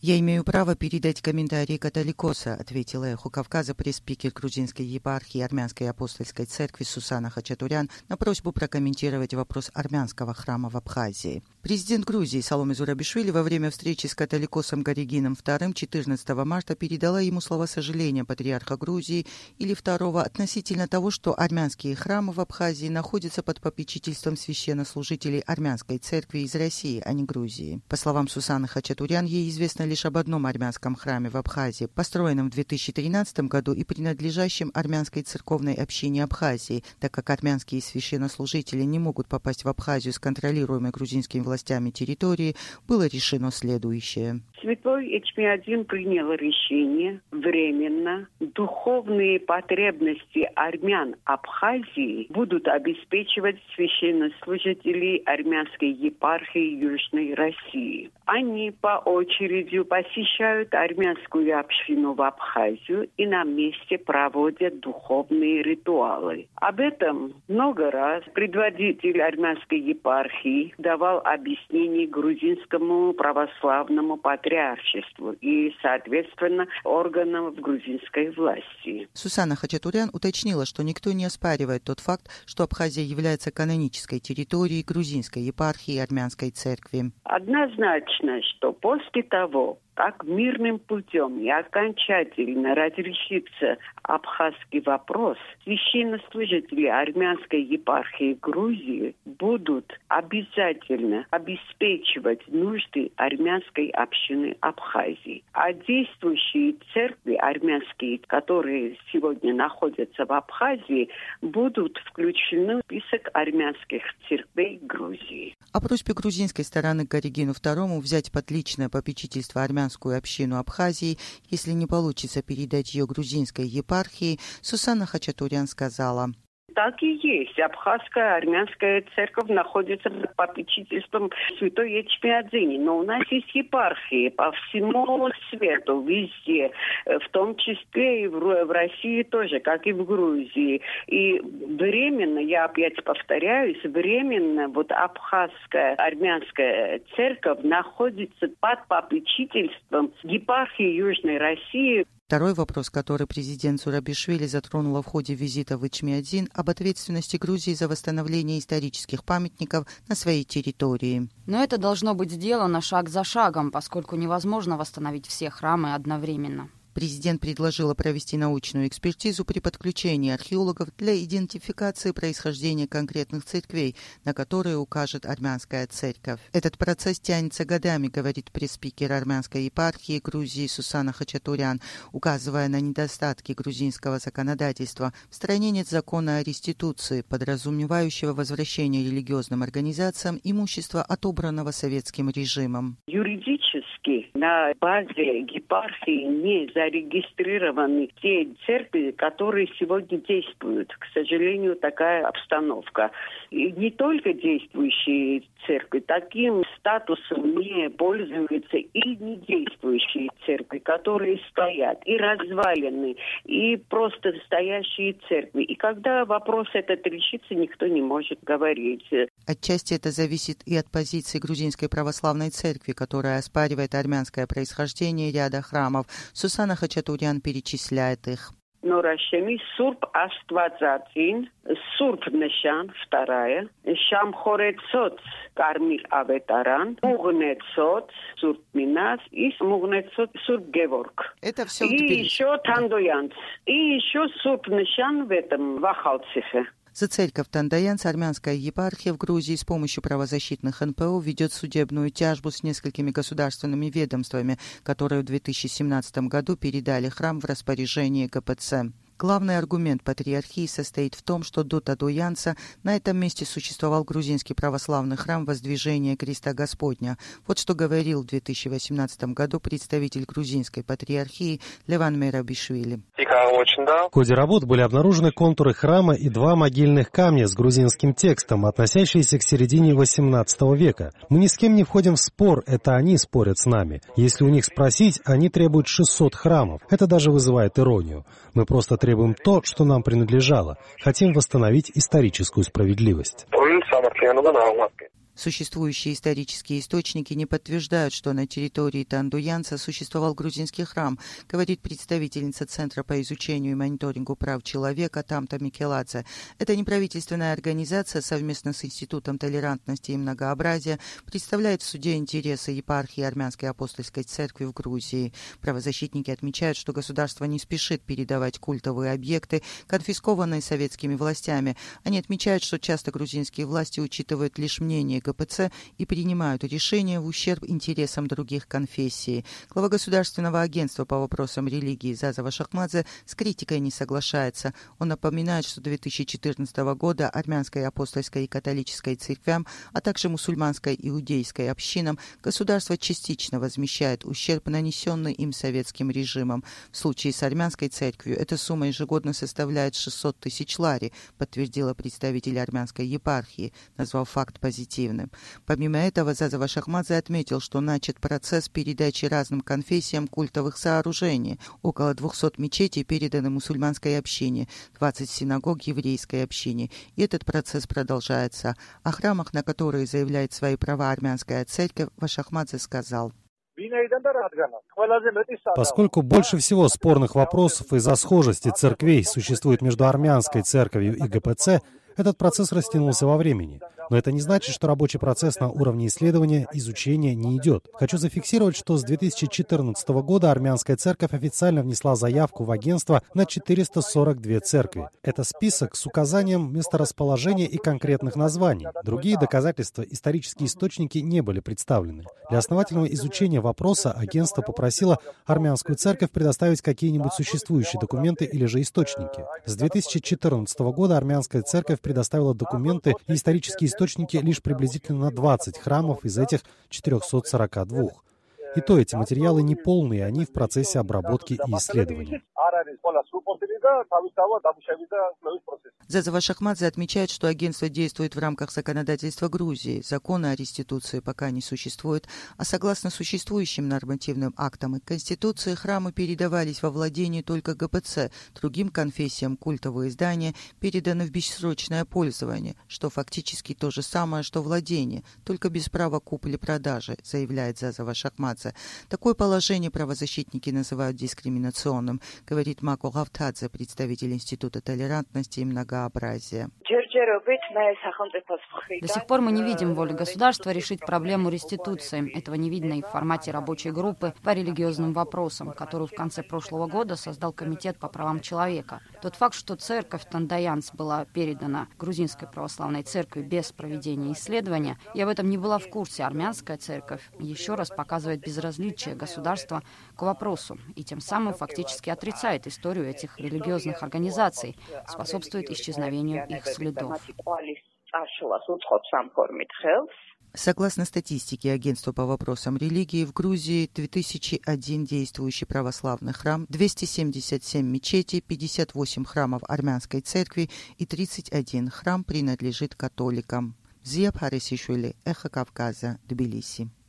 «Я имею право передать комментарии католикоса», ответила «Эхо Кавказа» пресс-спикер грузинской епархии Армянской апостольской церкви Сусана Хачатурян на просьбу прокомментировать вопрос армянского храма в Абхазии. Президент Грузии Саломе Зурабишвили во время встречи с католикосом Горигином II 14 марта передала ему слова сожаления патриарха Грузии или II относительно того, что армянские храмы в Абхазии находятся под попечительством священнослужителей армянской церкви из России, а не Грузии. По словам Сусаны Хачатурян, ей известно лишь об одном армянском храме в Абхазии, построенном в 2013 году и принадлежащем армянской церковной общине Абхазии, так как армянские священнослужители не могут попасть в Абхазию с контролируемой грузинскими властями территории, было решено следующее. Святой Эчмиадзин принял решение временно. Духовные потребности армян Абхазии будут обеспечивать священнослужители армянской епархии Южной России. Они по очереди посещают армянскую общину в Абхазию и на месте проводят духовные ритуалы. Об этом много раз предводитель армянской епархии давал объяснение грузинскому православному патриаршеству и, соответственно, органам грузинской власти. Сусана Хачатурян уточнила, что никто не оспаривает тот факт, что Абхазия является канонической территорией грузинской епархии и армянской церкви. Однозначно, что после того, как мирным путем и окончательно разрешится абхазский вопрос, священнослужители армянской епархии Грузии будут обязательно обеспечивать нужды армянской общины Абхазии. А действующие церкви армянские, которые сегодня находятся в Абхазии, будут включены в список армянских церквей Грузии. О просьбе грузинской стороны к Горигину II взять под личное попечительство армянскую общину Абхазии, если не получится передать ее грузинской епархии, Сусана Хачатурян сказала: Так и есть. Абхазская армянская церковь находится под попечительством святой Эчмиадзини. Но у нас есть епархии по всему свету, везде. В том числе и в России тоже, как и в Грузии. И временно, я опять повторяюсь, временно вот абхазская армянская церковь находится под попечительством епархии Южной России. Второй вопрос, который президент Зурабишвили затронула в ходе визита в Эчмиадзин, об ответственности Грузии за восстановление исторических памятников на своей территории. Но это должно быть сделано шаг за шагом, поскольку невозможно восстановить все храмы одновременно. Президент предложила провести научную экспертизу при подключении археологов для идентификации происхождения конкретных церквей, на которые укажет армянская церковь. Этот процесс тянется годами, говорит пресс-спикер армянской епархии Грузии Сусана Хачатурян, указывая на недостатки грузинского законодательства. В стране нет закона о реституции, подразумевающего возвращение религиозным организациям имущества, отобранного советским режимом. Юридически на базе епархии не зарегистрированы те церкви, которые сегодня действуют. К сожалению, такая обстановка. И не только действующие церкви, таким статусом не пользуются и не действующие церкви, которые стоят, и развалины, и просто стоящие церкви. И когда вопрос этот решится, никто не может говорить. Отчасти это зависит и от позиции грузинской православной церкви, которая оспаривает армянское происхождение ряда храмов. Сусана Хачатурян перечисляет их. Նորաշեմի Սուրբ Աստվածածին, Սուրբ Նշան, вторая, Շամխորեցոց Կարմիր Ավետարան, Մուղնեցոց Սուրբ Մինաս и Մուղնեցոց Սուրբ Գևորգ. Это все и еще Тандоянц, и еще Սուրբ Նշան в этом Вахалцихе. За церковь Тандаянц армянская епархия в Грузии с помощью правозащитных НПО ведет судебную тяжбу с несколькими государственными ведомствами, которые в 2017 году передали храм в распоряжение ГПЦ. Главный аргумент патриархии состоит в том, что до Тадоянца на этом месте существовал грузинский православный храм Воздвижения Креста Господня. Вот что говорил в 2018 году представитель грузинской патриархии Леван Мерабишвили. В ходе работ были обнаружены контуры храма и 2 могильных камня с грузинским текстом, относящиеся к середине XVIII века. Мы ни с кем не входим в спор, это они спорят с нами. Если у них спросить, они требуют 600 храмов. Это даже вызывает иронию. Мы просто требуем то, что нам принадлежало. Хотим восстановить историческую справедливость. Существующие исторические источники не подтверждают, что на территории Тандуянца существовал грузинский храм, говорит представительница Центра по изучению и мониторингу прав человека Тамта Микеладзе. Это неправительственная организация совместно с Институтом толерантности и многообразия представляет в суде интересы епархии Армянской апостольской церкви в Грузии. Правозащитники отмечают, что государство не спешит передавать культовые объекты, конфискованные советскими властями. Они отмечают, что часто грузинские власти учитывают лишь мнение ГПЦ и принимают решения в ущерб интересам других конфессий. Глава Государственного агентства по вопросам религии Заза Вашахмадзе с критикой не соглашается. Он напоминает, что 2014 года армянской апостольской и католической церквям, а также мусульманской и иудейской общинам государство частично возмещает ущерб, нанесенный им советским режимом. В случае с армянской церковью эта сумма ежегодно составляет 600 тысяч лари, подтвердила представитель армянской епархии, назвав факт позитивным. Помимо этого, Заза Вашахмадзе отметил, что начат процесс передачи разным конфессиям культовых сооружений. Около 200 мечетей переданы мусульманской общине, 20 синагог еврейской общине. И этот процесс продолжается. О храмах, на которые заявляет свои права армянская церковь, Вашахмадзе сказал: Поскольку больше всего спорных вопросов из-за схожести церквей существует между армянской церковью и ГПЦ, этот процесс растянулся во времени. Но это не значит, что рабочий процесс на уровне исследования, изучения не идет. Хочу зафиксировать, что с 2014 года армянская церковь официально внесла заявку в агентство на 442 церкви. Это список с указанием месторасположения и конкретных названий. Другие доказательства, исторические источники не были представлены. Для основательного изучения вопроса агентство попросило армянскую церковь предоставить какие-нибудь существующие документы или же источники. С 2014 года армянская церковь предоставила документы и исторические источники лишь приблизительно на 20 храмов из этих 442. И то эти материалы не полные, они в процессе обработки и исследования. Заза Вашахмадзе отмечает, что агентство действует в рамках законодательства Грузии. Закона о реституции пока не существует, а согласно существующим нормативным актам и Конституции храмы передавались во владение только ГПЦ. Другим конфессиям культовые здания переданы в бессрочное пользование, что фактически то же самое, что владение, только без права купли-продажи, заявляет Заза Вашахмадзе. Такое положение правозащитники называют дискриминационным, говорит Мако Гавтадзе, представитель Института толерантности и многообразия. До сих пор мы не видим воли государства решить проблему реституции. Этого не видно и в формате рабочей группы по религиозным вопросам, которую в конце прошлого года создал Комитет по правам человека. Тот факт, что церковь Тандуянц была передана грузинской православной церкви без проведения исследования, я в этом не была в курсе. Армянская церковь еще раз показывает безразличие государства к вопросу и тем самым фактически отрицает историю этих религиозных организаций, способствует исчезновению их следов. Согласно статистике Агентства по вопросам религии, в Грузии 2001 действующий православный храм, 277 мечетей, 58 храмов армянской церкви и 31 храм принадлежит католикам. Зия Парисишвили, Эхо Кавказа, Тбилиси.